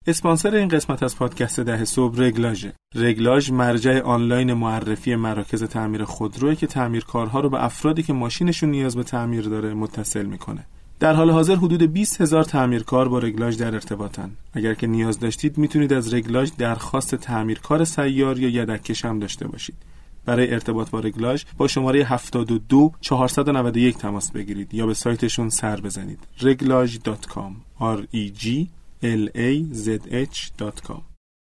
اسپانسر این قسمت از پادکست 10 صبح رگلاژه. رگلاژ مرجع آنلاین معرفی مراکز تعمیر خودروئه که تعمیرکارها رو به افرادی که ماشینشون نیاز به تعمیر داره متصل میکنه. در حال حاضر حدود 20,000 تعمیرکار با رگلاژ در ارتباطن. اگر که نیاز داشتید میتونید از رگلاژ درخواست تعمیرکار سیار یا یدک‌کش هم داشته باشید. برای ارتباط با رگلاژ با شماره 72 491 تماس بگیرید یا به سایتشون سر بزنید. reglage.com reglazh.com.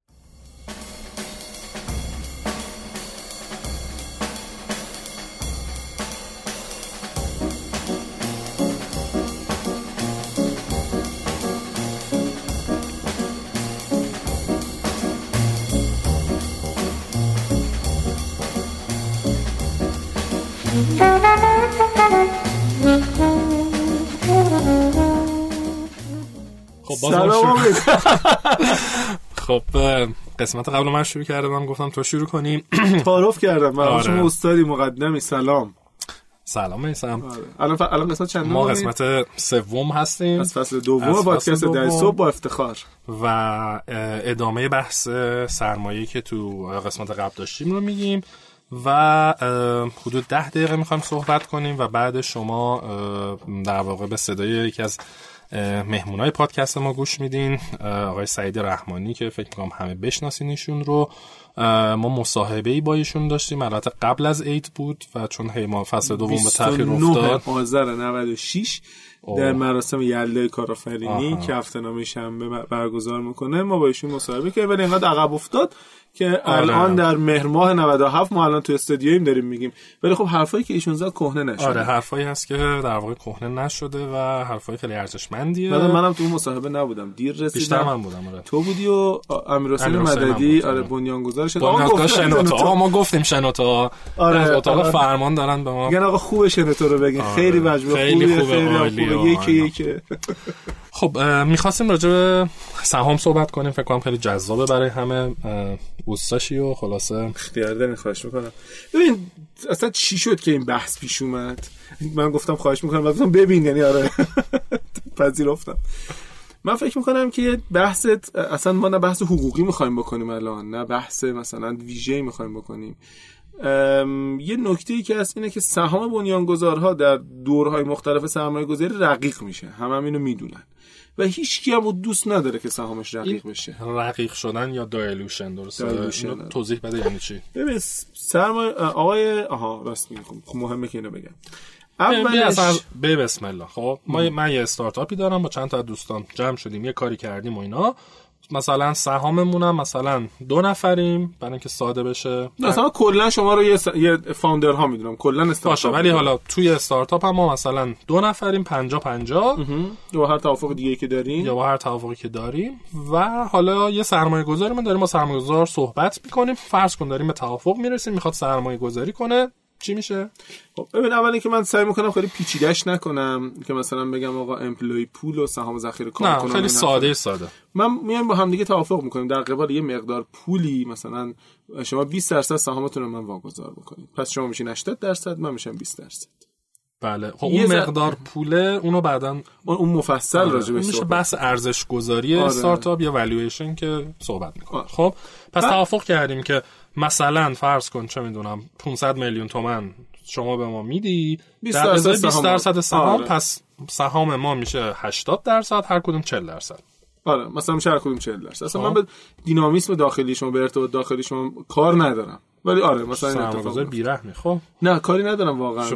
سلام. خب قسمت قبل من شروع کردم، گفتم تو شروع کنیم. تعارف کردم من شما استادی مقدمی. سلام میسم. الان قسمت چندم؟ ما قسمت سوم هستیم از فصل دوم پادکست 10 صبح با افتخار و ادامه بحث سرمایه‌ای که تو قسمت قبل داشتیم رو میگیم و حدود 10 دقیقه میخوایم صحبت کنیم و بعد شما در واقع به صدای یکی از مهمونای پادکست ما گوش میدین، آقای سعید رحمانی که فکر میکنم همه بشناسین ایشون رو. ما مصاحبه‌ای با ایشون داشتیم، البته قبل از عید بود و چون ما فصل دوم به تأخیر افتاد 29 آذر 96 در مراسم یلدای کارآفرینی که هفته‌نامه شنبه برگزار میکنه ما با ایشون مصاحبه کردیم، ولی اینقدر عقب افتاد که الان در مهر ماه 97 ما الان تو استودیویم داریم میگیم، ولی خب حرفایی که ایشون زد کهنه نشده. آره حرفایی هست که در واقع کهنه نشده و حرفای خیلی ارزشمندیه. بعد منم تو اون مصاحبه نبودم، دیر رسیدم. بیشتر من بودم. آره تو بودی و امیرحسین مددی. آره بنیانگذار شنوتو. ما گفتیم شنوتو. آره اتاق فرمان دارن به ما میگن آقا خوبه شنوتو رو بگین. خیلی مجبور خوبه. یکی خب می‌خواستیم راجع به سهام صحبت کنیم، فکر کنم خیلی جذابه برای همه اوستاشی و خلاصه اختیار دارین. خواهش می‌کنم. ببین اصلا چی شد که این بحث پیش اومد؟ من گفتم خواهش می‌کنم، گفتم ببین، یعنی آره پذیرفتم. من فکر می‌کنم که بحثت اصلا ما نه بحث حقوقی می‌خوایم بکنیم الان، نه بحث مثلا ویژه‌ای می‌خوایم بکنیم. یه نکته‌ای که هست اینه که سهام بنیانگذارها در دورهای مختلف سرمایه‌گذاری رقیق میشه، هم اینو میدونن و هیچ کی هم دوست نداره که سهامش رقیق بشه. رقیق شدن یا دایلوشن، درسته؟ توضیح بده یعنی چی؟ ببین آقای راست میگم، خب مهمه که اینو بگم. اولش بسم الله. خب من یه استارتاپی دارم، با چند تا دوستان جمع شدیم یه کاری کردیم و اینا، مثلا سهاممونم مثلا 2 نفریم برای اینکه ساده بشه. مثلا کلا شما رو یه فاوندر ها میدونم، کلا استارتاپ باشه، ولی حالا توی استارتاپ هم ما مثلا 2 نفریم 50-50 یا هر توافق دیگه که داریم و حالا یه سرمایه‌گذاری من داریم، ما سرمایه‌گذار صحبت می‌کنیم، فرض کن داریم به توافق میرسیم، میخواد سرمایه‌گذاری کنه، چی میشه؟ خب ببین اولی که من سعی میکنم خیلی پیچیده‌اش نکنم که مثلا بگم آقا امپلوی پول و سهام ذخیره کار کنم، خیلی ساده. من میام با هم دیگه توافق میکنیم در قبال یه مقدار پولی، مثلا شما 20% سهامتون رو من واگذار بکنید، پس شما میشین 80%، من میشم 20%. بله. خب اون مقدار پوله اونو بعدن اون مفصل راجع بهش میشه بحث ارزش گذاری استارتاپ یا والویشن که صحبت میکنه. خب پس توافق کردیم که مثلا فرض کن چه میدونم 500 میلیون تومان شما به ما میدی، در ازای 20% سهام. پس سهام ما میشه 80%، هر کدوم 40%. آره مثلا میشه هر کدوم 40%. اصلا من به دینامیسم داخلی شما، به ارتباط داخلی شما کار ندارم، ولی آره مثلا این اتفاق بیرحمی. خب نه کاری ندارم واقعا.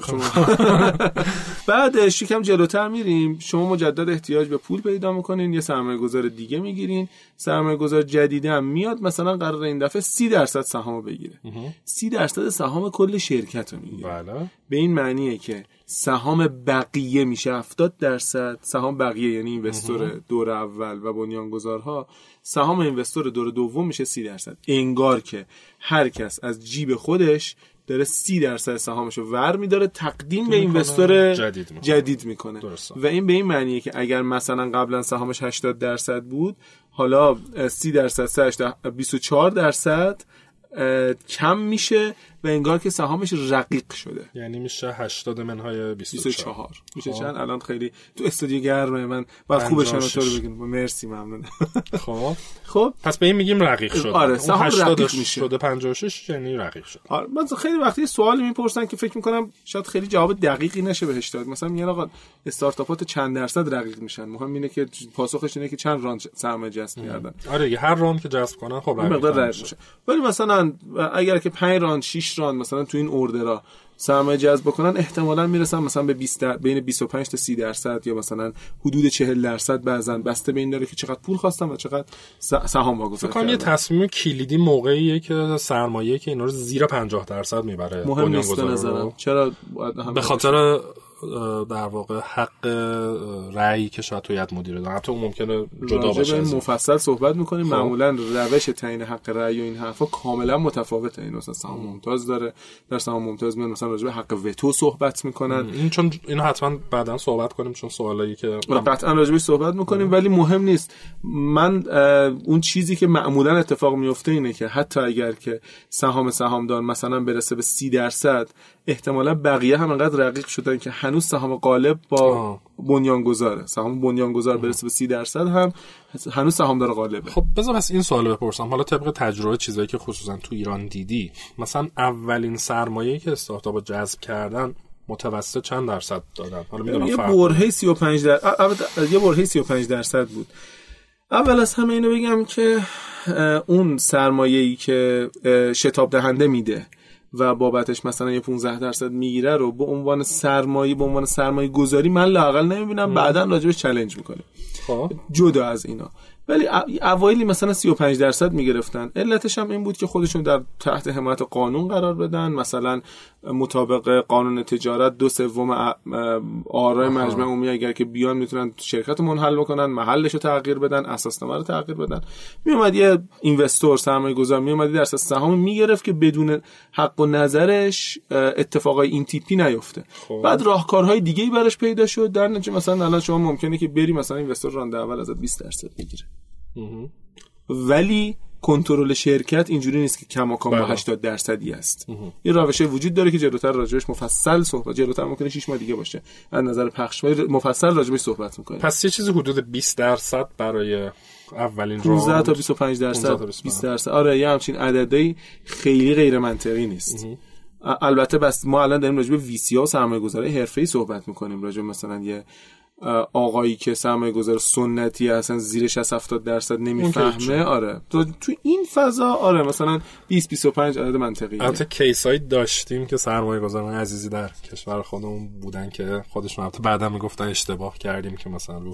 بعدش یکم جلوتر میریم، شما مجدد احتیاج به پول پیدا میکنین، یه سرمایه‌گذار دیگه میگیرین، سرمایه‌گذار جدیدی هم میاد، مثلا قرار این دفعه 30% سهامو بگیره. 30% سهام کل شرکت رو میگیره. بله. به این معنیه که سهام بقیه میشه 70%. سهام بقیه یعنی اینوستور دور اول و بنیانگذارها، سهام اینوستور دور دوم میشه 30%. انگار که هر کس از جیب خودش داره 30% سهامشو ور میداره تقدیم به اینوستور جدید میکنه. و این به این معنیه که اگر مثلا قبلا سهامش 80% بود، حالا 30% 24%، کم میشه و انگار که سهامش رقیق شده. یعنی میشه 80 منهای 24 میشه چند؟ الان خیلی تو استودیو گرمه، من بعد خوبه شما تو رو بگم. مرسی، ممنون. خب پس به این میگیم رقیق شد. آره سهام رقیق میشه شده 56 یعنی رقیق شد. آره من خیلی وقتی سوالی میپرسن که فکر میکنم شاید خیلی جواب دقیقی نشه بهش داد. مثلا میگن آقا استارتاپات چند درصد رقیق میشن؟ مهم اینه که پاسخش اینه که چند راند سرمایه جذب کردن. آره هر راند که جذب کنن خب رقیق میشه. ولی مثلا اگر که 5 راند 6 راند مثلا تو این اوردرها سرمایه جذب بکنن احتمالاً میرسن مثلا به 20 بین 25 تا 30% یا مثلا حدود 40% بعضن، بسته به این داره که چقدر پول خواستن و چقدر سهام واگذار کردن. فکر کنم یه تصمیم کلیدی موقعیه که سرمایه که اینا رو زیر 50% میبره. مهم نیست به نظرم. چرا به خاطر در واقع حق رأی که شاید هیئت مدیره داره. حتی ممکنه جدا باشه. مفصل صحبت می‌کنیم. معمولا روش تعیین حق رأی و این حرفا کاملا متفاوته. این مثلا سهام ممتاز داره، در سهام ممتاز میاد مثلا راجع به حق وتو صحبت میکنن. این چون اینو حتما بعداً صحبت کنیم، چون سوالایی که قطعا راجع بهش صحبت میکنیم. ولی مهم نیست. من اون چیزی که معمولا اتفاق میفته اینه که حتی اگر که سهامدار مثلا برسه به 30%، احتمالاً بقیه هم انقدر رقیق شدن که هنوز سهام غالب با بنیانگذاره. سهام بنیانگذار برسه به 30% هم هنوز سهامدار غالبه. خب بذار بس این سوالو بپرسم. حالا طبق تجربه چیزایی که خصوصا تو ایران دیدی، مثلا اولین سرمایه‌ای که استارتاپ جذب کردن متوسط چند درصد دادن؟ حالا میدونم یه برهه 35% بود. اول از همه اینو بگم که اون سرمایه‌ای که شتاب دهنده میده و بابتش مثلا یه 15% میگیره رو به عنوان سرمایه گذاری من لااقل نمیبینم. بعداً راجبش چالش میکنه. خب جدا از اینا. ولی اوایلی مثلا 35% میگرفتن. علتش هم این بود که خودشون در تحت حمایت قانون قرار بدن. مثلا مطابق قانون تجارت 2/3 آرای مجمع عمومی اگر که بیان میتونن شرکت منحل بکنن، محلش رو تغییر بدن، اساسنامه رو تغییر بدن. میومد یه اینوستور سرمایه گذار میومد درصد سهام میگرفت که بدون حق و نظرش اتفاقای این تیپی نیفته. بعد راهکارهای دیگه‌ای براش پیدا شد. در نتیجه مثلا الان شما ممکنه که بری مثلا اینوستور رانده اول ازت 20% بگیره. ولی کنترل شرکت اینجوری نیست که کماکان با 80% است. یه روشی وجود داره که جلوتر راجعش مفصل صحبت، جلوتر ممکنه 6 ماه دیگه باشه از نظر پخش مفصل راجعش صحبت می‌کنیم. پس یه چیزی حدود 20% برای اولین 15 تا 25%. آره یه همچین عددی خیلی غیر منطقی نیست. البته بس ما الان داریم راجع به وی‌سی‌ها و سرمایه‌گذاری حرفه‌ای صحبت می‌کنیم. راجع مثلا یه آقایی که سرمایه گذار سنتی اصلا زیر 60-70% نمیفهمه. آره تو این فضا آره مثلا 20-25 عدد منطقیه. البته کیسایی داشتیم که سرمایه گذاران عزیزی در کشور خودمون بودن که خودشون البته بعدا میگفتن اشتباه کردیم که مثلا رو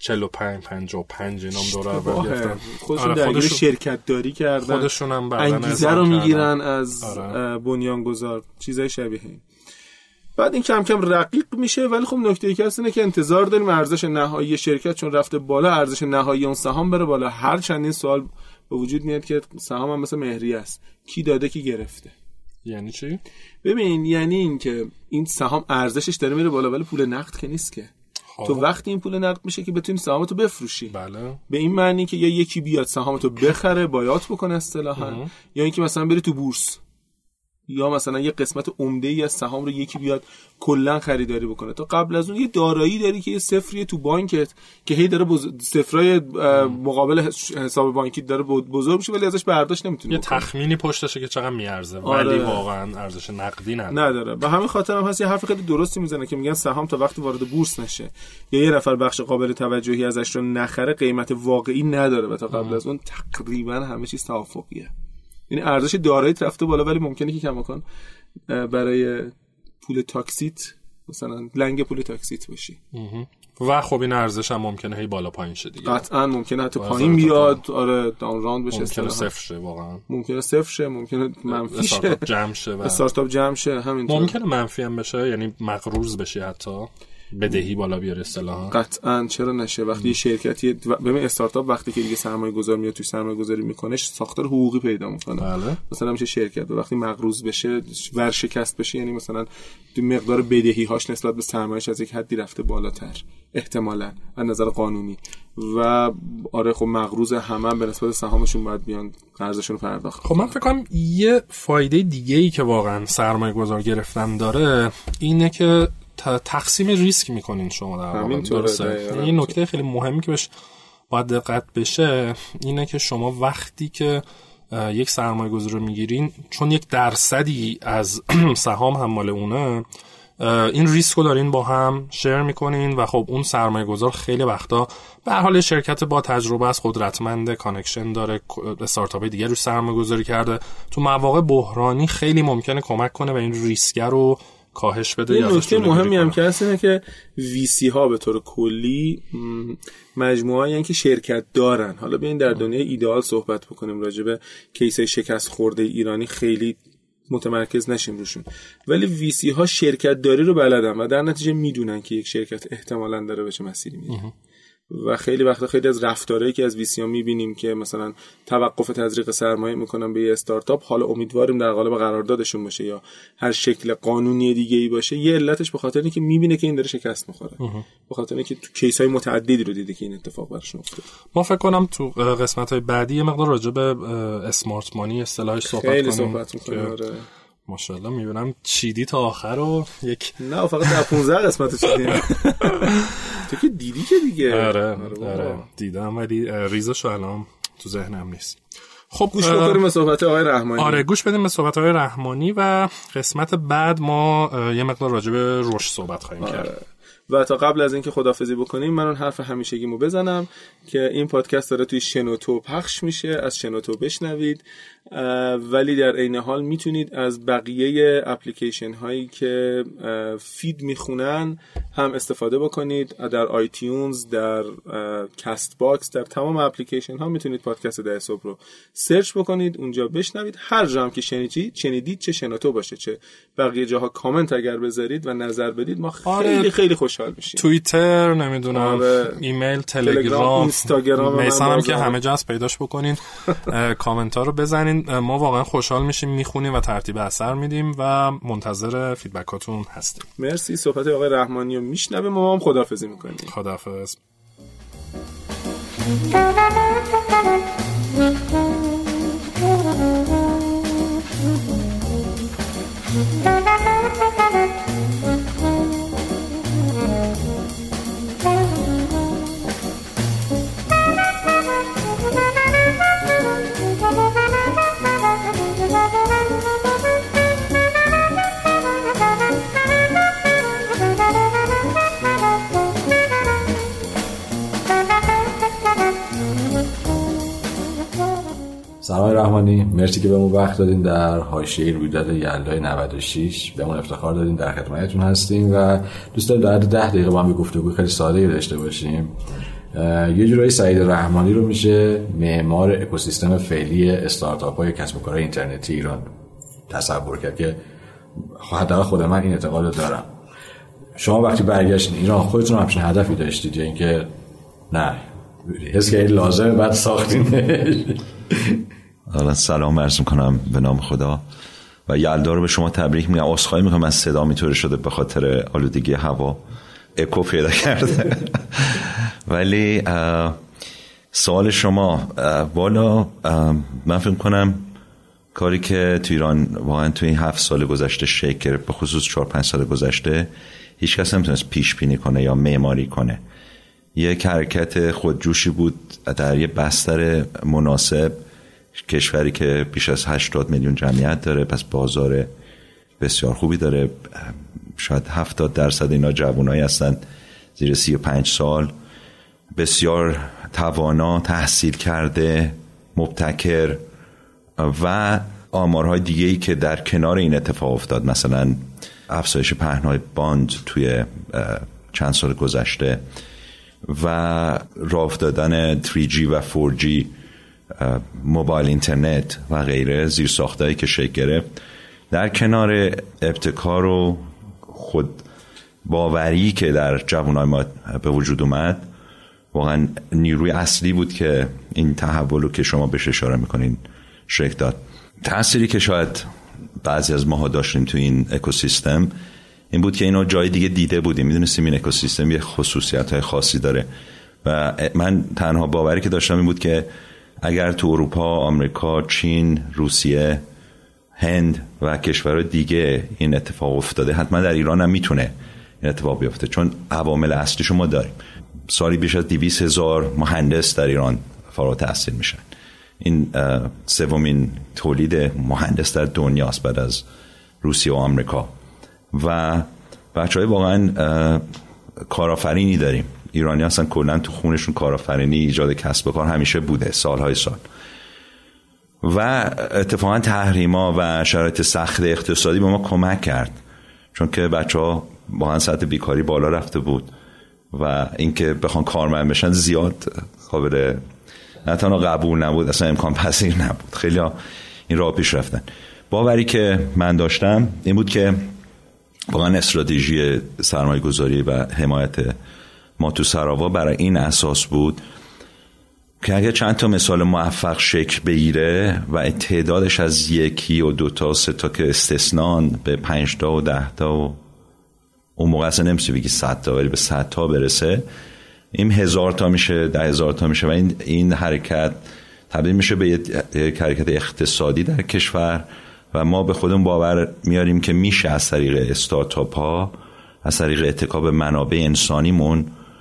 45-55 اینام دلار گرفتن. خودشون درگیر شرکت داری کردن، خودشون هم انگیزه رو میگیرن از بنیانگذار، چیزای شبیه این. بعد این کم کم رقیق میشه. ولی خب نکته ای که هست اینه که انتظار داریم ارزش نهایی شرکت چون رفته بالا، ارزش نهایی اون سهام بره بالا. هر چندین سوال به وجود میاد که سهام هم مثل مهریه است، کی داده کی گرفته. یعنی چی؟ ببین یعنی این که این سهام ارزشش داره میره بالا ولی پول نقد که نیست که. تو وقتی این پول نقد میشه که بتونی سهامتو بفروشی. بله. به این معنی که یا یکی بیاد سهامتو بخره بایات بکنه اصطلاحاً، یا اینکه مثلا بری تو بورس، یا مثلا یه قسمت عمده‌ای از سهام رو یکی بیاد کلا خریداری بکنه. تا قبل از اون یه دارایی داری که یه صفریه تو بانکت که هی داره صفرای مقابل حساب بانکی داره بزرگ میشه ولی ازش برداشت نمیتونی یه تخمینی پشتشه که چقدر میارزه. ولی واقعا ارزش نقدی نداره. به همین خاطر هم هست یه حرف خیلی درستی میزنه که میگن سهام تا وقتی وارد بورس نشه یا یه نفر بخش قابل توجهی ازش رو نخره قیمت واقعی نداره و تا قبل از اون تقریبا همه چیز توافقیه. یعنی ارزش داراییت رفته بالا ولی ممکنه که کماکان برای پول تاکسیت مثلا لنگ پول تاکسیت باشی. و خب این ارزش هم ممکنه هی بالا پایین شه دیگه. قطعا ممکنه حتی پایین بیاد. آره داون راند بشه، ممکنه صفر شه، واقعا ممکنه صفر شه، ممکنه منفی شه، استارتاپ جمع شه، استارتاپ جمع شه، همینطور ممکنه منفی هم بشه، یعنی مقروض بشی حتی. بدهی بالا بیاره اصطلاحا؟ قطعاً، چرا نشه. وقتی شرکتی ببین استارتاپ وقتی که دیگه سرمایه‌گذار میاد توی سرمایه‌گذاری میکنه، ساختار حقوقی پیدا میکنه. بله. مثلا میشه شرکت وقتی مقروض بشه، ورشکست بشه، یعنی مثلا مقدار بدهی هاش نسبت به سرمایه‌اش از یک حدی رفته بالاتر احتمالاً از نظر قانونی، و آره خب مقروض هم به نسبت سهامشون باید بیان قرضشون رو پرداخت. خب من فکر کنم یه فایده دیگه‌ای که واقعا سرمایه‌گذار گرفتن داره اینه که تقسیم ریسک میکنین شما در واقع. درسته. این نکته خیلی مهمی که بهش باید دقت بشه اینه که شما وقتی که یک سرمایه‌گذار رو میگیرین، چون 1% از سهام هم مال اونه، این ریسک رو دارین با هم شیر میکنین و خب اون سرمایه‌گذار خیلی وقتا به هر حال شرکت با تجربه است، قدرتمنده، کانکشن داره، استارتاپ دیگه روش سرمایه‌گذاری کرده، تو مواقع بحرانی خیلی ممکنه کمک کنه و این ریسک رو کاهش بده. یه نکته مهمی هم که هست اینه که ویسی ها به طور کلی مجموعه‌ای هستن که شرکت دارن. حالا بیاین در دنیای ایدئال صحبت بکنیم راجع به کیس‌های شکست خورده ایرانی خیلی متمرکز نشیم روشون، ولی ویسی ها شرکت داری رو بلدن و در نتیجه میدونن که یک شرکت احتمالاً داره به چه مسیری میره. و خیلی وقتا خیلی از رفتارهایی که از ویسی ها میبینیم که مثلا توقف تزریق سرمایه میکنن به یه استارتاپ، حالا امیدواریم در قالب قراردادشون باشه یا هر شکل قانونی دیگه‌ای باشه، یه علتش به خاطر اینکه میبینه که این داره شکست میخوره، به خاطر اینکه تو کیس‌های متعددی رو دیده که این اتفاق براشون افتاد. ما فکر کنم تو قسمت‌های بعدی یه مقدار راجع به اسمارت مانی اصطلاحش صحبت کنیم. ماشاءالله میبینم چیدی تا آخر رو یک نه فقط در 15 قسمت چیدی. تو که دیدی که دیگه. آره دیدم ولی ریزشو الان تو ذهنم نیست. خب گوش بکنیم به صحبت آقای رحمانی. آره گوش بدیم به صحبت آقای رحمانی و قسمت بعد ما یه مقدار راجع به رشد صحبت خواهیم کرد. و تا قبل از اینکه خداحافظی بکنیم من اون حرف همیشگیمو بزنم که این پادکست داره توی شنوتو پخش میشه، از شنوتو بشنوید، ولی در عین حال میتونید از بقیه اپلیکیشن هایی که فید میخونن هم استفاده بکنید. در آیتیونز، در کست باکس، در تمام اپلیکیشن ها میتونید پادکست ده صبح رو سرچ بکنید، اونجا بشنوید. هر جا هم که شنیدید، چه شنوتو باشه چه بقیه جاها، کامنت اگر بذارید و نظر بدید ما خیلی خوشحال میشیم. توییتر، نمیدونم ایمیل، تلگرام، اینستاگرام، میسان هم که همه جا هست پیداش بکنین، کامنت ها رو بزنین. ما واقعا خوشحال میشیم، میخونیم و ترتیب اثر میدیم و منتظر فیدبکاتون هستیم. مرسی. صحبت آقای رحمانی رو میشنویم، ما هم خداحافظی میکنیم. خداحافظ. سلام رحمانی، مرسی که بهمون وقت دادین در حاشیه رویداد یلدای 96 بهمون افتخار دادین، در خدمتتون هستیم و دوست داریم در 10 دقیقه با هم گفتگو خیلی ساده‌ای داشته باشیم. یه جورایی سعید رحمانی رو میشه معمار اکوسیستم فعلی استارتاپ‌های کسب و کارهای اینترنتی ایران تصور کرد که حداقل خود من این اعتقاد رو دارم. شما وقتی برگشتین ایران خودتون همچین هدفی داشتید یا اینکه نه حس که لازمه بعد ساختین؟ حالا سلام عرض میکنم به نام خدا و یلدا رو به شما تبریک میگم. عذرخواهی میکنم من صدا اینطوری شده به خاطر آلودگی هوا، اکو پیدا کرده. ولی سوال شما بالا، من فکر کنم کاری که تو ایران واقعا تو این 7 سال گذشته شکل گرفت، به خصوص 4-5 سال گذشته هیچ کس نمیتونست پیش بینی کنه یا معماری کنه. یک حرکت خودجوشی بود در یه بستر مناسب، کشوری که بیش از 80 میلیون جمعیت داره، پس بازار بسیار خوبی داره، شاید 70% اینا جوانایی هستن زیر 35 سال، بسیار توانا، تحصیل کرده، مبتکر و آمارهای دیگه‌ای که در کنار این اتفاق افتاد، مثلا افزایش پهنای باند توی چند سال گذشته و راه افتادن 3G و 4G موبایل اینترنت و غیره، زیرساختایی که شکل گرفت، در کنار ابتکار و خود باوری که در جوانای ما به وجود اومد واقعا نیروی اصلی بود که این تحول رو که شما بهش اشاره میکنین شکل داد. تأثیری که شاید بعضی از ماها داشتیم تو این اکوسیستم این بود که اینو جای دیگه دیده بودیم، میدونستیم این اکوسیستم یه خصوصیت‌های خاصی داره و من تنها باوری که داشتم این بود که اگر تو اروپا، آمریکا، چین، روسیه، هند و کشورهای دیگه این اتفاق افتاده، حتما در ایران هم میتونه این اتفاق بیفته، چون عوامل اصلیشو ما داریم. سالی بیش از 200,000 مهندس در ایران فارغ التحصیل میشن. این سومین تولید مهندس در دنیاست بعد از روسیه و آمریکا و بچهای واقعا کارآفرینی داریم. ایرانی اصلا کلا تو خونشون کارآفرینی، ایجاد کسب و کار همیشه بوده سالهای سال. و اتفاقا تحریما و شرایط سخت اقتصادی به ما کمک کرد، چون که بچه‌ها واقعا سطح بیکاری بالا رفته بود و اینکه بخوان کارمند بشن زیاد قابل نه تنها قبول نبود، اصلا امکان پذیر نبود. خیلی این راه پیش رفتن. باوری که من داشتم این بود که واقعا استراتژی سرمایه گذاری و حمایت ما تو سراوا برای این اساس بود که اگر چند تا مثال موفق شکل بگیره و تعدادش از 1 و 2 تا 3 تا که استثنان به 5 تا و 10 تا و اون موقع اصلا نمیشه بگی 100 تا، ولی به 100 تا برسه، این 1000 تا میشه، 10,000 تا میشه و این حرکت تبدیل میشه به یک حرکت اقتصادی در کشور و ما به خودمون باور میاریم که میشه از طریق استارتاپ ها، از طریق اتکا به منابع انسانیمون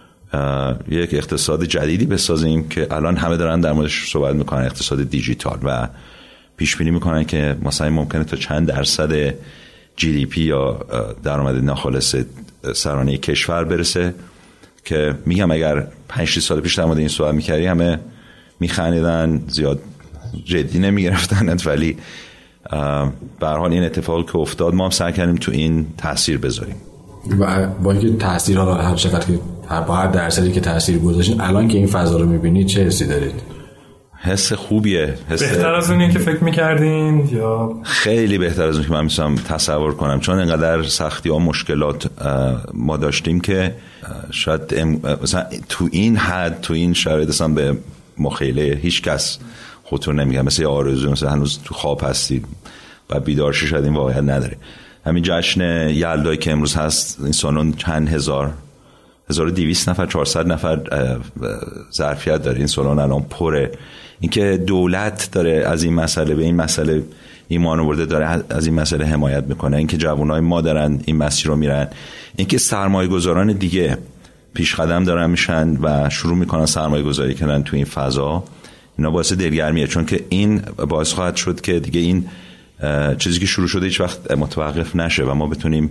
یک اقتصاد جدیدی بسازیم که الان همه دارن در موردش صحبت میکنن، اقتصاد دیجیتال، و پیش بینی میکنن که مثلا ممکنه تا چند درصد GDP یا درآمد ناخالص سرانه کشور برسه که میگم اگر 5-6 سال پیش در مورد این صحبت میکردی همه میخندیدن، زیاد جدی نمیگرفتن، ولی به هر حال این اتفاقی که افتاد ما هم سعی کردیم تو این تاثیر بذاریم و با اینکه تاثیر ها هر چقدر که با هر درصدی که تاثیر گذاشتین، الان که این فضا رو میبینید چه حسی دارید؟ حس خوبیه. بهتر از اونی که فکر میکردین یا خیلی بهتر از اون که من میتونم تصور کنم، چون اینقدر سختی ها مشکلات ما داشتیم که شاید مثلا تو این حد، تو این شرایط اصلا به مخیله هیچ کس خطور نمیگم، مثل یه آرزو، مثلا هنوز تو خواب هستید و بیدارشی شاید این واقعیت نداره. همین جشن یلدایی که امروز هست، این سالن چند هزار، 1200 نفر، 400 نفر ظرفیت داره، این سالن الان پره. اینکه دولت داره از این مسئله به این مسئله ایمان آورده، داره از این مسئله حمایت میکنه، اینکه جوانای ما دارن این مسیر رو میرن، اینکه سرمایه گذاران دیگه پیش قدم دارن میشن و شروع میکنن سرمایه گذاری کردن تو این فضا، اینا باعث دلگرمیه، چون که این باعث خواهد شد که دیگه این چیزی که شروع شده هیچ وقت متوقف نشه و ما بتونیم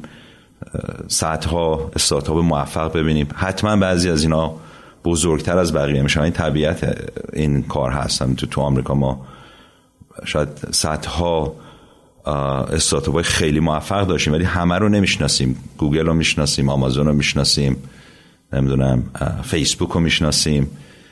صدها استارتاپ موفق ببینیم. حتما بعضی از اینا بزرگتر از بقیه میشن، این طبیعت این کار هستم. تو آمریکا ما شاید صدها استارتاپ‌های خیلی موفق داشتیم ولی همه رو نمیشناسیم. گوگل رو میشناسیم، آمازون رو میشناسیم، نمیدونم فیسبوک رو میشناسیم،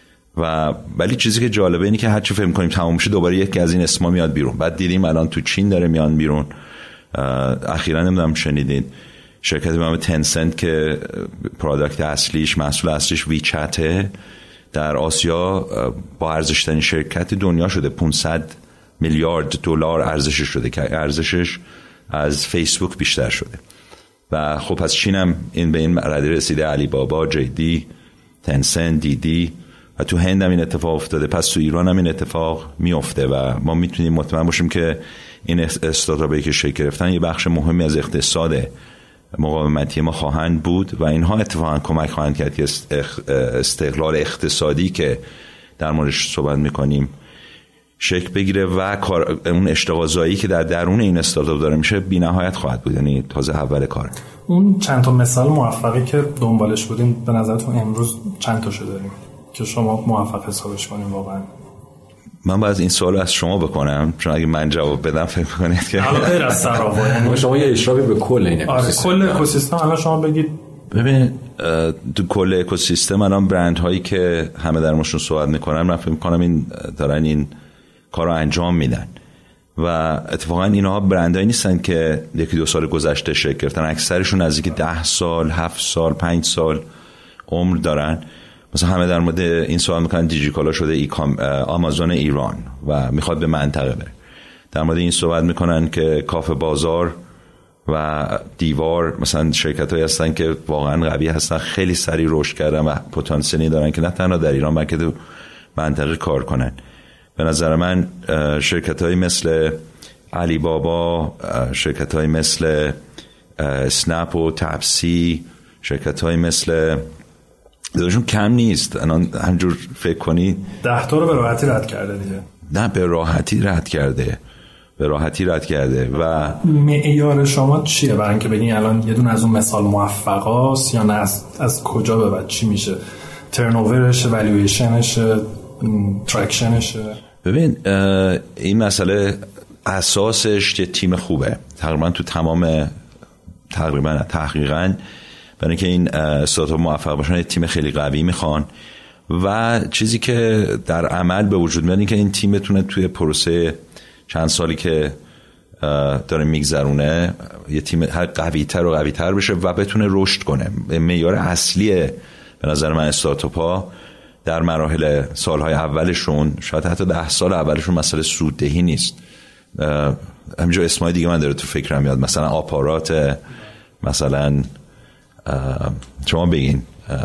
ولی چیزی که جالبه اینه که هر چی فکر می‌کنیم تموم شه دوباره یکی از این اسما میاد بیرون. بعد دیدیم الان تو چین داره میان بیرون. اخیراً نمیدونم شنیدید شرکتی به نام تنسنت که پروداکت اصلیش، محصول اصلیش ویچته، در آسیا با ارزش‌ترین شرکت دنیا شده، 500 میلیارد دلار ارزشش شده که ارزشش از فیسبوک بیشتر شده. و خب پس چین هم این به این رده رسیده، علی بابا، جیدی، تنسنت، دیدی، و تو هند هم این اتفاق افتاده، پس تو ایران هم این اتفاق میفته و ما میتونیم مطمئن باشیم که این استارتاپی که شکل گرفتن یه بخش مهمی از اقتصاد مقاومتی ما خواهند بود و اینها اتفاقا کمک خواهند کرد که استقلال اقتصادی که در موردش صحبت میکنیم شکل بگیره و اون اشتغالزایی که در درون این استارتاپ داره میشه بی نهایت خواهد بود. یعنی تازه اول کار. اون چند تا مثال موفقی که دنبالش بودیم به نظرتون امروز چند تاشو داریم که شما موفق حسابش کنیم واقعا؟ من باید این سوال از شما بکنم، چون اگه من جواب بدم فکر کنید که غیر از سراوا، یعنی شما یه اشرافی به کل این اکوسیستم. کل اکوسیستم الان شما بگید. ببین تو کل اکوسیستم الان برند هایی که همه در موردشون صحبت میکنن، من فکر میکنم این دارن این کارو انجام میدن و اتفاقا اینها برندایی نیستن که یکی دو سال گذشته شکل گرفتن، اکثرشون نزدیک 10 سال 7 سال 5 سال عمر دارن. مثلا همه در مورد این سوال میکنن دیجیکالا شده آمازون ایران و میخواد به منطقه بره. در مورد این صحبت میکنن که کافه بازار و دیوار مثلا شرکتایی هستن که واقعا قوی هستن، خیلی سریع رشد کردن و پتانسیلی دارن که نه تنها در ایران بلکه تو منطقه کار کنن. به نظر من شرکتایی مثل علی بابا، شرکتایی مثل اسنپ و تپسی، شرکتایی مثل داشون کم نیست. الان همجور فکر کنی 10 تا رو به راحتی رد کرده دیگه. نه به راحتی رد کرده. و معیار شما چیه برای اینکه بگین الان یه دونه از اون مثال موفقاست یا نه از کجا به بعد چی میشه؟ ترنوورش، والویشنش، تراکشنش؟ ببین این مسئله اساسش یه تیم خوبه. تقریبا تو تمام تحقیقاً برای اینکه این استارتاپ موفق باشن یه تیم خیلی قوی میخوان و چیزی که در عمل به وجود میاد این که این تیم بتونه توی پروسه چند سالی که داره میگذرونه یه تیم قوی‌تر و قوی‌تر بشه و بتونه رشد کنه. معیار اصلی به نظر من استارتاپ ها در مراحل سالهای اولشون، شاید حتی 10 سال اولشون، مسئله سوددهی نیست. همینجا اسمای دیگه من داره تو فکرم میاد، مثلا آپارات، مثلا شما بگین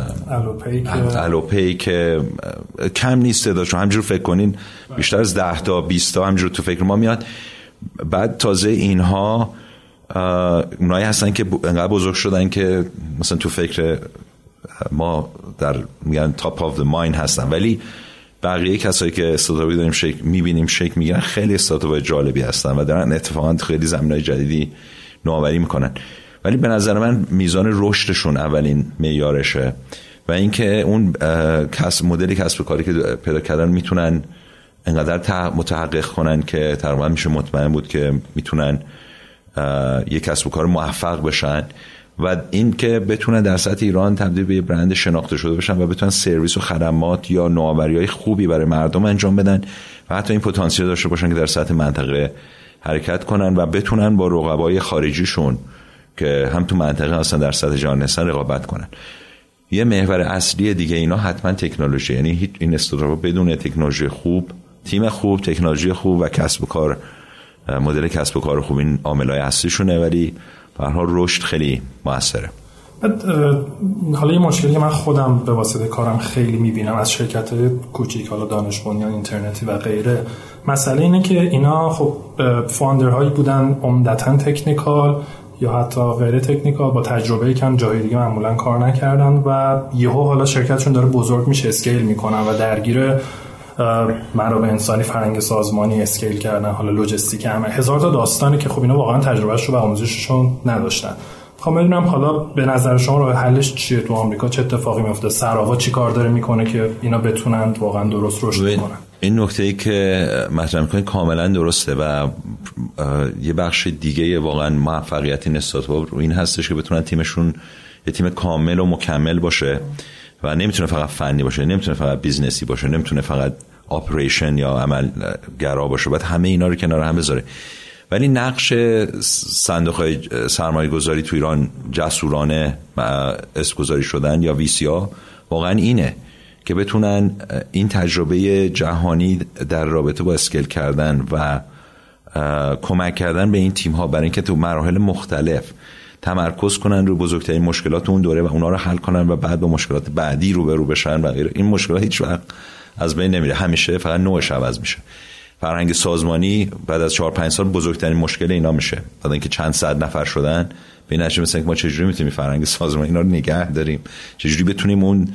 الوپی که کم نیست داشتون همینجور فکر کنین بیشتر از 10 تا 20 تا همینجور تو فکر ما میاد. بعد تازه اینها اونایی هستن که انقدر بزرگ شدن که مثلا تو فکر ما در میگن تاپ آف د ماین هستن، ولی بقیه کسایی که استارتاپی داریم میبینیم شکل میگیرن خیلی استارتاپ‌های جالبی هستن و دارن اتفاقا خیلی زمینه‌های جدیدی نوآوری میکنن. ولی به نظر من میزان رشدشون اولین معیارشه و اینکه اون مدل کسب و کاری که پیدا کردن میتونن انقدر متحقق کنن که تقریبا میشه مطمئن بود که میتونن یک کسب و کار موفق بشن و این که بتونن در سطح ایران تبدیل به یه برند شناخته شده بشن و بتونن سرویس و خدمات یا نوآوری‌های خوبی برای مردم انجام بدن و حتی این پتانسیل داشته باشن که در سطح منطقه حرکت کنن و بتونن با رقبای خارجیشون که هم تو منطقه هستن در سطح جهان هستن رقابت کنن. یه محور اصلی دیگه اینا حتما تکنولوژی، یعنی این استارتاپ بدون تکنولوژی خوب، تیم خوب، تکنولوژی خوب و کسب و کار، مدل کسب و کار خوب، این عاملای اصلیشونه، ولی به هر حال رشد خیلی موثره. حالا یه مشکلی که من خودم به واسطه کارم خیلی میبینم از شرکت‌های کوچیک، حالا دانش بنیان اینترنتی و غیره، مسئله اینه که اینا خب فاوندرهایی بودن عمدتاً تکنیکال یا حتی غیر تکنیکال با تجربه کم، جای دیگه معمولا کار نکردن و یهو حالا شرکتشون داره بزرگ میشه، اسکیل میکنن و درگیر منابع انسانی، فرهنگ سازمانی، اسکیل کردن، حالا لوجستیک، همه هزار تا داستانی که خب اینا واقعا تجربهشو و آموزششون نداشتن. خب بدونم حالا به نظر شما راه حلش چیه؟ تو آمریکا چه اتفاقی میفته؟ سراوا چی کار داره میکنه که اینا بتونن واقعا درست رشد کنن؟ این نکته‌ای که مطرح می‌کنید کاملا درسته و یه بخش دیگه واقعا موفقیت این استارتاپ رو این هستش که بتونن تیمشون یه تیم کامل و مکمل باشه و نمیتونه فقط فنی باشه، نمیتونه فقط بیزنسی باشه، نمیتونه فقط آپریشن یا عملگرا باشه، باید همه اینا رو کنار هم بذاره. ولی نقش صندوق‌های سرمایه‌گذاری تو ایران جسورانه اسم‌گذاری شدن یا ویسیا واقعا اینه که بتونن این تجربه جهانی در رابطه با اسکیل کردن و کمک کردن به این تیم‌ها برای اینکه تو مراحل مختلف تمرکز کنن روی بزرگترین مشکلات اون دوره و اونا رو حل کنن و بعد با مشکلات بعدی روبرو بشن و غیره. این مشکلات هیچ وقت از بین نمیره، همیشه فقط نوعش عوض میشه. فرهنگ سازمانی بعد از 4-5 سال بزرگترین مشکل اینا میشه. بعد اینکه چند صد نفر شدن به این نتیجه مثلا که ما چجوری میتونیم فرهنگ سازمانی اینا رو نگه داریم، چجوری بتونیم اون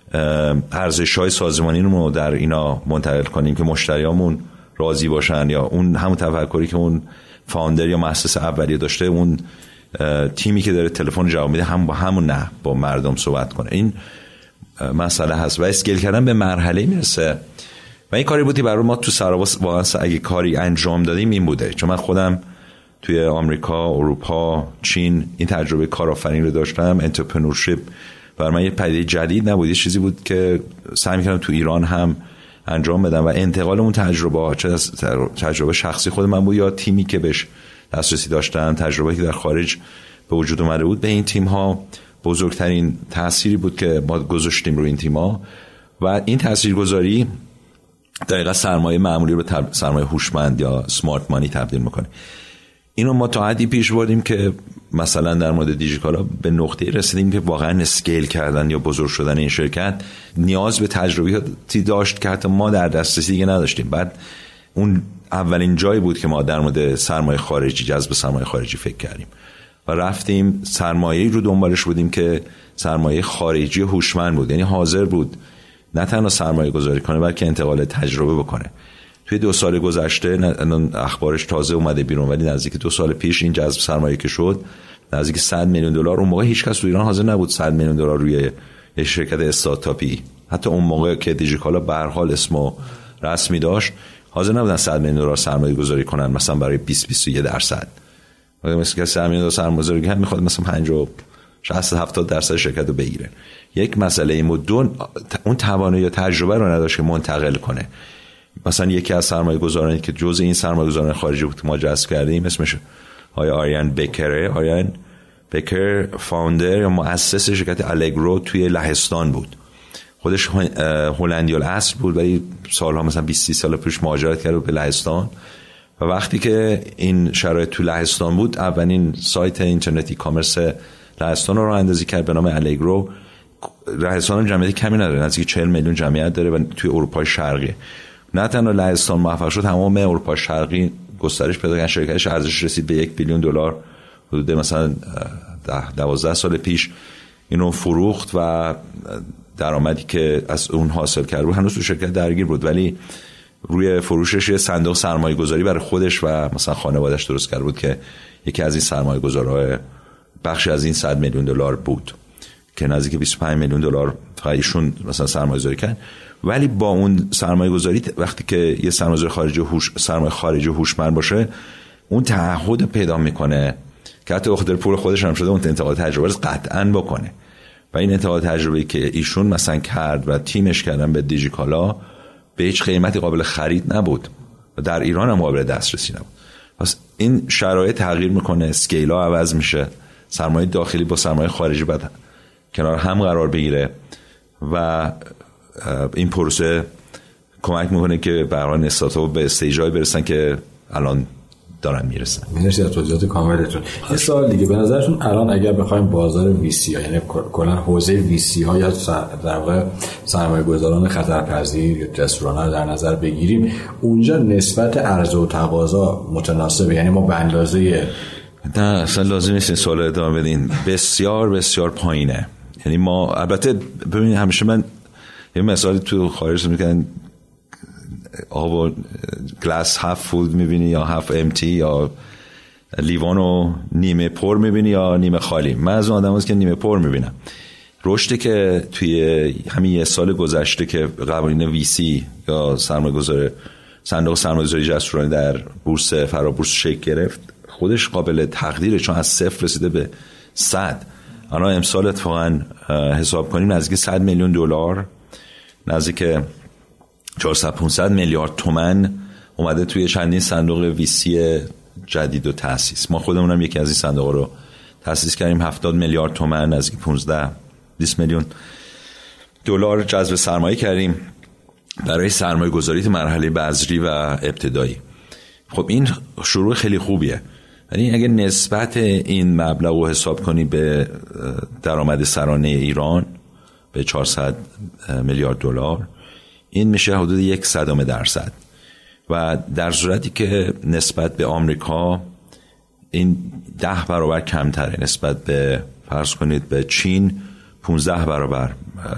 ارزش‌های سازمانی رو در اینا منتقل کنیم که مشتریامون راضی باشن یا اون همون تفکری که اون فاوندر یا مؤسس اولیه داشته، اون تیمی که داره تلفن جواب میده هم با همون نه با مردم صحبت کنه. این مسئله هست و اسکیل کردن به مرحله میرسه و این کاری بودی برای ما تو سراوا واقعا اگه کاری انجام دادیم این بوده، چون من خودم توی آمریکا، اروپا، چین این تجربه کارآفرینی رو داشتم. انترپرنورشیپ برای من یه پدیده جدید نبود، یه چیزی بود که سعی می‌کردم تو ایران هم انجام بدن و انتقال اون تجربه، چه از تجربه شخصی خود من بود یا تیمی که بهش دسترسی داشتن، تجربه‌ای که در خارج به وجود اومده بود، به این تیم‌ها بزرگترین تأثیری بود که ما گذاشتیم روی این تیم‌ها و این تاثیرگذاری دقیقاً سرمایه معمولی رو به سرمایه هوشمند یا سمارت مانی تبدیل می‌کنه. اینو ما تا حدی پیش بردیم که مثلا در مورد دیجیکالا به نقطه‌ای رسیدیم که واقعا اسکیل کردن یا بزرگ شدن این شرکت نیاز به تجربیاتی داشت که حتی ما در دسترسی دیگه نداشتیم. بعد اون اولین جایی بود که ما در مورد سرمایه خارجی، جذب سرمایه خارجی فکر کردیم و رفتیم سرمایه‌ای رو دنبالش بودیم که سرمایه خارجی هوشمند بود، یعنی حاضر بود نه تنها سرمایه گذاری کنه بلکه انتقال تجربه بکنه. توی 2 سال گذشته اخبارش تازه اومده بیرون، ولی نزدیک 2 سال پیش این جذب سرمایه که شد نزدیک $100 میلیون، اون موقع هیچ کس تو ایران حاضر نبود $100 میلیون روی یک شرکت استارتاپی، حتی اون موقع که دیجیکالا به هر حال اسمو رسمی داشت حاضر نبودن $100 میلیون سرمایه گذاری کنن مثلا برای 20-21%. مثلا که $100 میلیون سرمایه گذاری کنن میخواد مثلا 50-60-70% شرکت رو بگیره. یک مسئله این بود، اون توانایی یا تجربه رو نداشت که منتقل کنه. مثلا یکی از سرمایه‌گذارانی که جزء این سرمایه‌گذاران خارجی بود که ما جذب کردیم اسمش آریان بکره. آریان بکر فاوندر یا مؤسس شرکت الگرو توی لهستان بود. خودش هلندی الاصل بود ولی سالها مثلا 20-30 سال پیش مهاجرت کرد به لهستان و وقتی که این شرایط تو لهستان بود اولین سایت اینترنتی کامرس لهستان رو اندازی کرد به نام الگرو. لهستان جمعیت کمی نداره، نزدیک 40 میلیون جمعیت داره و توی اروپای شرقی. نه تنها لهستان موفق شد، تمام اروپا شرقی گسترش پیدا کرد. شرکتش ارزشش رسید به $1 بیلیون حدود مثلا 10-12 سال پیش اینو فروخت و درآمدی که از اون حاصل کرد بود هنوز تو شرکت درگیر بود، ولی روی فروشش یه صندوق سرمایه گذاری برای خودش و مثلا خانواده‌اش درست کرده بود که یکی از این سرمایه گذارهای بخشی از این $100 میلیون بود که نزدیک $25 میلیون فقط ایشون مثلا سرمایه گذاری کرد. ولی با اون سرمایه گذاری وقتی که یه سرمایه خارجی هوشمند باشه اون تعهد پیدا میکنه که حتی بخاطر پول خودش هم شده اون انتقال تجربه رو قطعاً بکنه و این انتقال تجربه‌ای که ایشون مثلا کرد و تیمش کردن به دیجیکالا به هیچ قیمتی قابل خرید نبود و در ایران هم قابل دسترسی نبود. پس این شرایط تغییر میکنه، اسکیلا عوض میشه، سرمایه داخلی با سرمایه خارجی باید کنار هم قرار بگیره و این پروسه کمک میکنه که برای استارتاپ به استیجای برسن که الان دارن میرسن. مرسی از توضیحات کاملتون. یه سوال دیگه، به نظرتون الان اگر بخوایم بازار وی ها، یعنی کلا حوزه وی ها یا در واقع سرمایه‌گذاران خطرپذیر یا جسورانه رو در نظر بگیریم، اونجا نسبت عرضه و تقاضا متناسبه؟ یعنی ما به اندازه نه اصلا لازم نیست این سوال ادامه بدین، بسیار بسیار پایینه. یعنی ما البته ببینید همیشه من یه مثالی تو خارج میگن آب گلاس هاف فول میبینی یا هاف امتی یا لیوانو نیمه پر میبینی یا نیمه خالی. من از اون آدم هست که نیمه پر میبینم. رشدی که توی همین یه سال گذشته که قوانین ویسی یا صندوق سرمایه‌گذاری جسورانه در بورس فرابورس شکل گرفت خودش قابل تقدیره، چون از 0 رسیده به 100. الان امسال اتفاقا حساب کنیم نزدیک $100 میلیون، نزدیک 400-500 میلیارد تومان اومده توی چندین صندوق ویسی جدید و تأسیس. ما خودمونم یکی از این صندوق رو تأسیس کردیم، 70 میلیارد تومان، نزدیک 15-20 میلیون دلار جذب سرمایه کردیم برای سرمایه گذاری مرحله بذری و ابتدایی. خب این شروع خیلی خوبیه. یعنی اگه نسبت این مبلغ رو حساب کنی به درآمد سرانه ایران به 400 میلیارد دلار، این میشه حدود 0.01% و در صورتی که نسبت به آمریکا این 10 برابر کمتره، نسبت به فرض کنید به چین 15 برابر،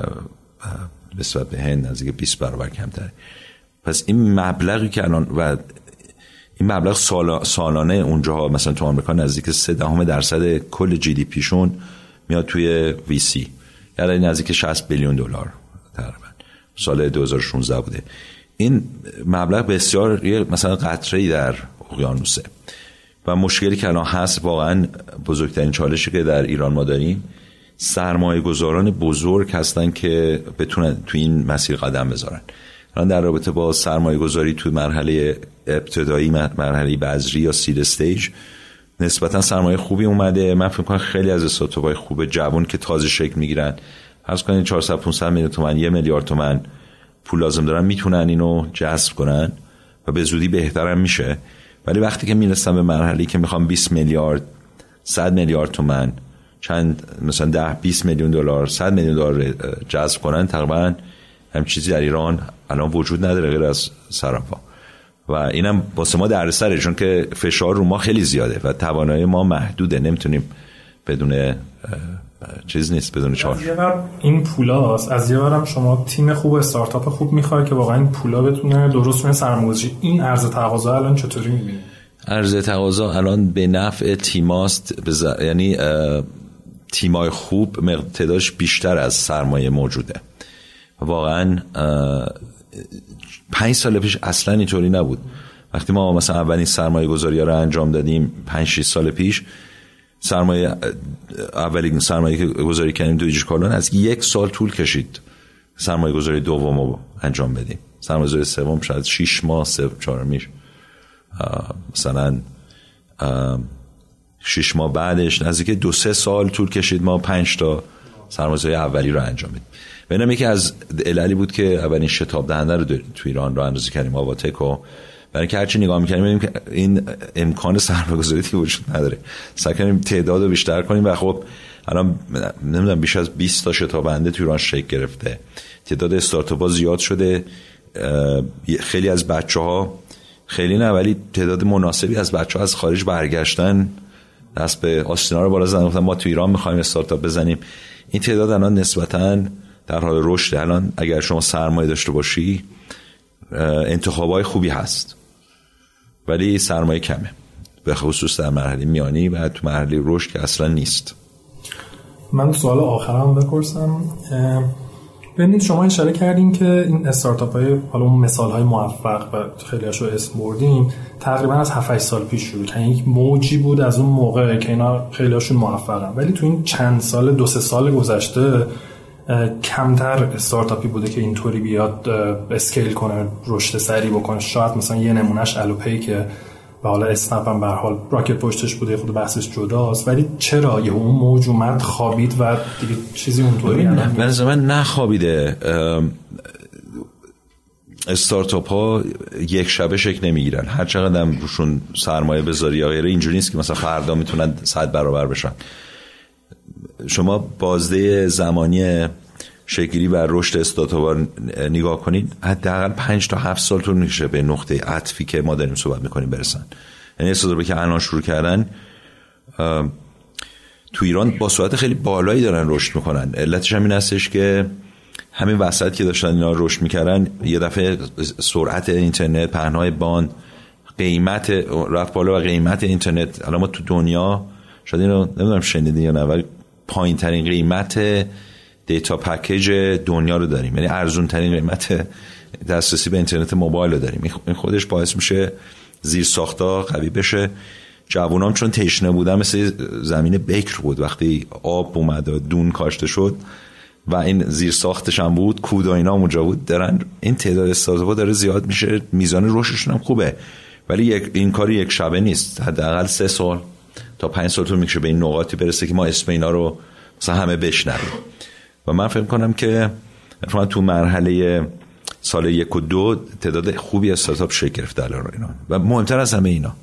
نسبت به هند نزدیک 20 برابر کمتره. پس این مبلغی که الان و این مبلغ سالانه اونجا مثلا تو آمریکا نزدیک 0.3% کل جی دی پیشون میاد توی وی سی، یعنی نزدیک 60 بیلیون دلار تقریبا سال 2016 بوده. این مبلغ بسیار مثلا قطره‌ای در اقیانوسه و مشکلی که الان هست، واقعا بزرگترین چالشی که در ایران ما داریم، سرمایه گذاران بزرگ هستن که بتونن تو این مسیر قدم بذارن. الان در رابطه با سرمایه گذاری توی مرحله ابتدایی، مرحله بذری یا سید استیج، نسبتا سرمایه خوبی اومده. من فکر می‌کنم خیلی از استارتاپ‌های خوب جوان که تازه شکل میگیرن، فرض کنید 400-500 میلیون تومان، 1 میلیارد تومان پول لازم دارن، میتونن اینو جذب کنن و به زودی بهترم میشه. ولی وقتی که میرسن به مرحله‌ای که میخوام 20 میلیارد 100 میلیارد تومان، چند مثلا 10-20 میلیون دلار 100 میلیون دلار جذب کنن، تقریبا هم چیزی در ایران الان وجود نداره غیر از سراپا. و اینم واسه ما دردسره، چون که فشار رو ما خیلی زیاده و توانایی ما محدوده، نمیتونیم بدون چیز نیست، بدون چارج. از یه بار این پولاست، از یه بارم شما تیم خوب، استارتاپ خوب میخوای که واقعا این پولا بتونه درست کنه سرمایه‌گذاری. این عرضه تقاضا الان چطوری میبینی؟ عرضه تقاضا الان به نفع تیماست، یعنی تیمای خوب تعدادش بیشتر از سرمایه موجوده. واقعا 5 سال پیش اصلا اینطوری نبود. وقتی ما مثلا اولین سرمایه گذاری ها رو انجام دادیم 5-6 سال پیش، اولین سرمایه گذاری کردیم تو دیجیکالون، از 1 سال طول کشید سرمایه گذاری دوم رو انجام بدیم. سرمایه گذاری سوم شاید 6 ماه 4 میش، مثلا 6 ماه بعدش نزدیک 2-3 سال طول کشید ما 5 تا سرمایه گذاری اولی رو انجام بدیم. ببینم یکی از عللی بود که اولین شتاب دهنده رو تو ایران رو اندازه کردیم، آواتکو. برای که هرچی نگاه می‌کنیم ببینیم که این امکان سرمایه‌گذاری وجود نداره، سعی کنیم تعداد رو بیشتر کنیم. و خب الان نمیدونم بیش از 20 تا شتاب دهنده تو ایران شکل گرفته، تعداد استارتاپ‌ها زیاد شده. خیلی از بچه‌ها، خیلی نه ولی تعداد مناسبی از بچه‌ها از خارج برگشتن، دست به آستینا رو بالا زدن، گفتن ما تو ایران می‌خوایم استارتاپ بزنیم. این تعداد الان نسبتاً در حال رشد. الان اگر شما سرمایه داشته باشی انتخابای خوبی هست، ولی سرمایه کمه، به خصوص در مرحله میانی و تو مرحله رشد که اصلا نیست. من سوال آخرم بپرسم. ببینید شما اشاره کردین که این استارتاپ‌های، حالا اون مثال‌های موفق و خیلی هاشو اسم بردیم، تقریبا از 7-8 سال پیش شروع کردن. یک موجی بود از اون موقع که اینا خیلی هاشون موفقن، ولی تو این چند سال 2-3 سال گذشته کمتر استارتاپی بوده که اینطوری بیاد اسکیل کنه، رشد سریع بکنه. شاید مثلا یه نمونهش الوپی که و حالا اسنپ هم به هر حال راکت پشتش بوده، خود بحثش جداست. ولی چرا یه اون موج اومد خوابید و دیگه چیزی اونطوری من نخوابیده. استارتاپ ها یک شبه شکل نمیگیرن، هر چقدر هم روشون سرمایه بذاری یا غیره، اینجوری نیست که مثلا فردا میتونن 100 برابر بشن. شما بازده زمانی شکلی و رشد استارتاپ نگاه کنید، حداقل 5 تا 7 سال طول میکشه به نقطه عطفی که ما داریم صحبت میکنیم برسن. یعنی استارتاپی که الان شروع کردن تو ایران با سرعت خیلی بالایی دارن رشد میکنن. علتش هم این هستش که همین وسط که داشتن اینا رشد میکردن، یه دفعه سرعت اینترنت، پهنای باند، قیمت رفت بالا و قیمت اینترنت، الان ما تو دنیا شاید اینو نمیدونم شنیدین یا نه، ولی پایین ترین قیمت دیتا پکیج دنیا رو داریم، یعنی ارزون ترین قیمت دسترسی به اینترنت موبایل رو داریم. این خودش باعث میشه زیر ساختا قوی بشه. جوونام چون تشنه بودن مثل زمین بکر بود، وقتی آب اومد و دون کاشته شد و این زیر ساختش هم بود، کود و اینا اونجا بود، دارن این تعداد استارتاپ‌ها داره زیاد میشه، میزان رشدشون هم خوبه. ولی این کاری یک شبه نیست، حداقل 3 سال تا 5 سال طول میکشه به این نقاطی برسه که ما اسم اینا رو مثلا همه بشنویم. و من فکر کنم که تو مرحله سال 1 و 2 تعداد خوبی استارتاپ شکل گرفته الان اینا. و مهمتر از همه اینا،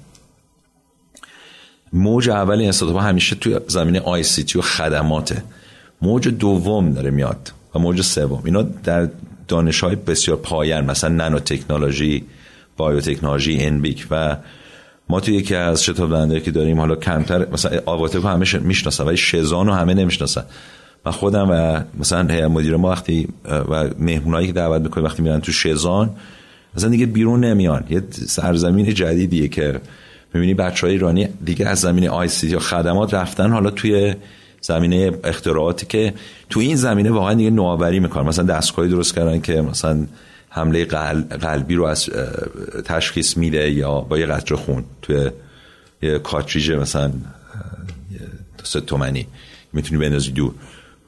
موج اول این استارتاپ همیشه توی زمینه آی سی تی و خدماته، موج دوم داره میاد و موج سوم. اینا در دانش‌های بسیار پایان، مثلا نانو تکنولوژی، بایوتکنولوژی، انبیک. و ما توی یکی از شتاب دهنده که داریم، حالا کمتر، مثلا آواتکو همه میشناسن ولی شزان رو همه نمیشناسن. من خودم و مثلا هیئت مدیره ما وقتی و مهمونایی که دعوت می‌کنیم وقتی میرن تو شزان مثلا دیگه بیرون نمیان. یه سرزمین جدیدیه که می‌بینی بچه‌های ایرانی دیگه از زمینه آی سی یا خدمات رفتن حالا توی زمینه اختراعاتی که تو این زمینه واقعا دیگه نوآوری می‌کنن. مثلا دستگاهی درست کردن که مثلا حمله قلبی رو از تشخیص میده یا با یه قطره خون توی یه کارتریج مثلا 3 تومانی میتونی بندازی دور.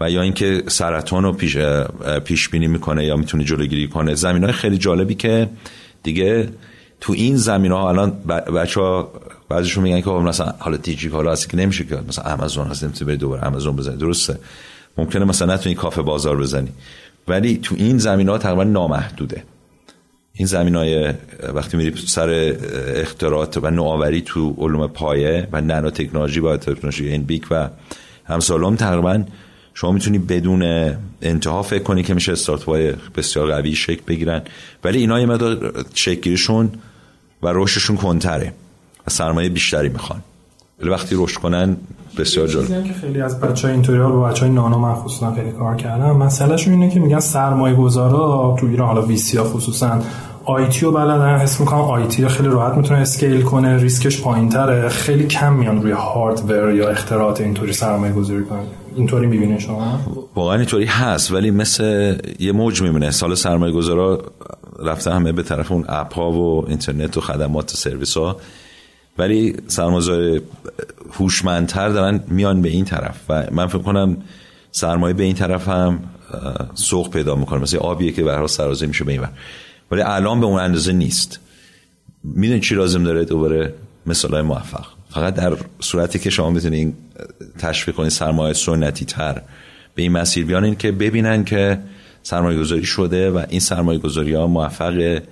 و یا اینکه سرطان رو پیش بینی میکنه یا میتونه جلوگیری کنه. زمینهای خیلی جالبی که دیگه تو این زمینه‌ها الان بچه‌ها بعضیشون میگن که مثلا حالا دیجیتال هست که نمیشه که مثلا آمازون هست نمیتونی بری دوباره آمازون بزنی. درسته ممکنه مثلا نتونی کافه بازار بزنی، ولی تو این زمینه‌ها تقریبا نامحدوده. این زمینه‌های وقتی میری سر اختراعات و نوآوری تو علوم پایه و نانو تکنولوژی با تکنولوژی اینبیک و همسالم، تقریبا شما میتونی بدون انتها فکر کنی که میشه استارتاپ‌های بسیار قوی شکل بگیرن، ولی اینا یه مقدار شکل‌گیریشون و رشدشون کنتره و سرمایه بیشتری میخوان، ولی وقتی رشد کنن بسیار جالب. چیزی که خیلی از بچهای اینطوریال با بچهای نانو من خصوصا خیلی کار کردم، مسئلهشون اینه که میگن سرمایه‌گذارا تو ایران، حالا وی‌سی‌ها خصوصا آیتی رو بلدن، حس میکنم آیتی خیلی راحت میتونه اسکیل کنه، ریسکش پایین‌تره، خیلی کم میان روی هاردور یا اختراعات اینطوری سرمایه‌گذاری کنن. اینطوری میبینه شما؟ واقعا اینطوری هست، ولی مثل یه موج میمونه. سال سرمایه‌گذارا رفتن همه به طرف اون اپ‌ها و اینترنت و خدمات و سرویس‌ها، ولی سرمایه‌گذار هوشمندتر دارن میان به این طرف و من فکر کنم سرمایه به این طرف هم سوق پیدا میکنه. مثل آبیه که به هر حال سرازیر میشه به این ور، ولی الان به اون اندازه نیست. میدونی چی لازم داره؟ دوباره مثالای موفق. فقط در صورتی که شما بتونید تشویق کنید سرمایه سنتی تر به این مسیر بیان، این که ببینن که سرمایه گذاری شده و این سرمایه گذاری ها موفقه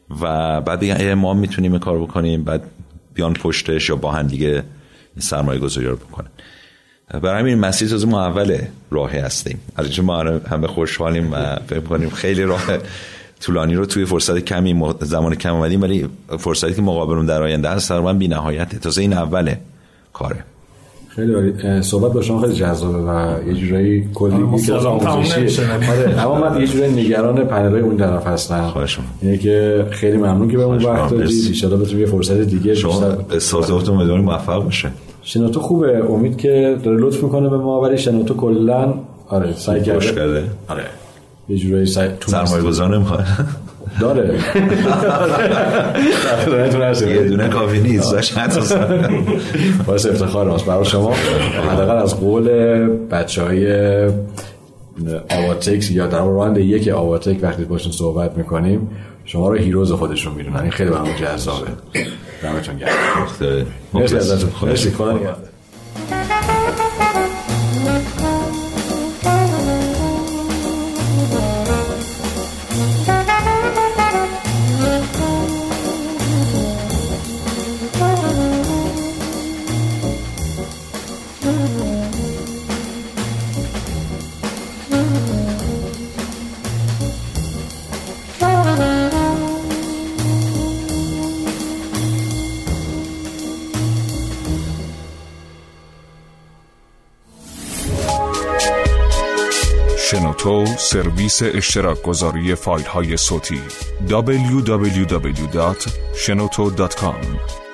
و بعد بگن ما میتونیم این کار بکنیم، بعد بیان پشتش یا با هم دیگه سرمایه گذاری رو بکنن. برای همین مسیر تازه ما اول راه هستیم. البته ما همه خوشحالیم و فکر کنیم خیلی راه طولانی رو توی فرصت کمی زمان کم اومدیم، ولی فرصتی که مقابلمون در آینده هست تقریبا بی‌نهایته. تازه این اوله کاره. خیلی عالی. صحبت با شما خیلی جذابه و یه جورایی کلی کلاس آموزشی. اما من یه جورایی نگران پنل‌های اون طرف هستم. اینه که خیلی ممنون که بهمون وقت دادید. ان شاءالله بتونیم یه فرصت دیگه بیشتر استادتون بدون موفق باشه. شنوتو خوبه، امید که داره لطف میکنه به ما، ولی شنوتو کلا سعی کرده. یه جورایی سرمایه‌گذار نمیخواد داره یه دونه کافی نیست باعث افتخار ماست برای شما. حداقل از قول بچهای آواتکس یا در راند یک آواتک وقتی باشون صحبت میکنیم شما رو هیروز خودشون میدونن. این خیلی برام جذابه. دمتون گرم. مرسی ازتون. مرسی. خدا نگهدار. شنوتو سرویس اشتراک گذاری فایل های صوتی www.shenoto.com